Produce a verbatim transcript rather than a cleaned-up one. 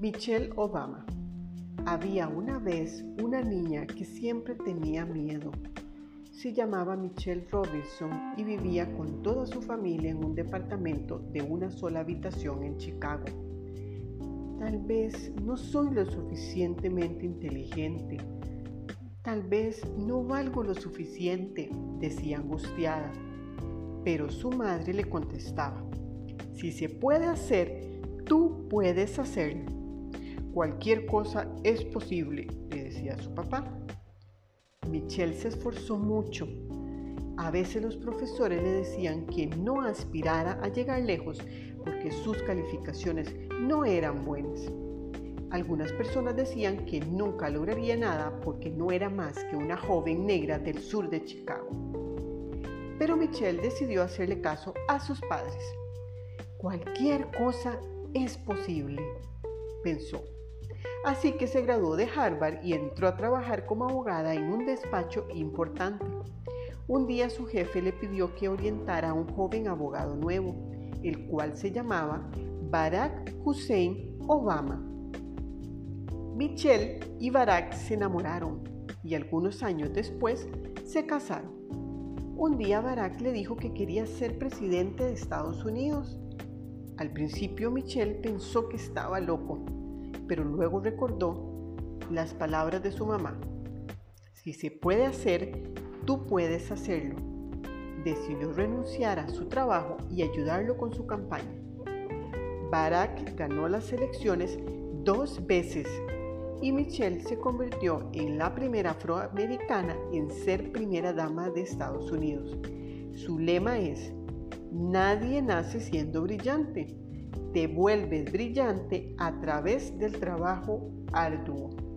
Michelle Obama. Había una vez una niña que siempre tenía miedo. Se llamaba Michelle Robinson y vivía con toda su familia en un departamento de una sola habitación en Chicago. Tal vez no soy lo suficientemente inteligente. Tal vez no valgo lo suficiente, decía angustiada. Pero su madre le contestaba: si se puede hacer, tú puedes hacerlo. Cualquier cosa es posible, le decía su papá. Michelle se esforzó mucho. A veces los profesores le decían que no aspirara a llegar lejos porque sus calificaciones no eran buenas. Algunas personas decían que nunca lograría nada porque no era más que una joven negra del sur de Chicago. Pero Michelle decidió hacerle caso a sus padres. Cualquier cosa es posible, pensó. Así que se graduó de Harvard y entró a trabajar como abogada en un despacho importante. Un día su jefe le pidió que orientara a un joven abogado nuevo, el cual se llamaba Barack Hussein Obama. Michelle y Barack se enamoraron y algunos años después se casaron. Un día Barack le dijo que quería ser presidente de Estados Unidos. Al principio Michelle pensó que estaba loco, pero luego recordó las palabras de su mamá. Si se puede hacer, tú puedes hacerlo. Decidió renunciar a su trabajo y ayudarlo con su campaña. Barack ganó las elecciones dos veces y Michelle se convirtió en la primera afroamericana en ser primera dama de Estados Unidos. Su lema es: nadie nace siendo brillante. Te vuelves brillante a través del trabajo arduo.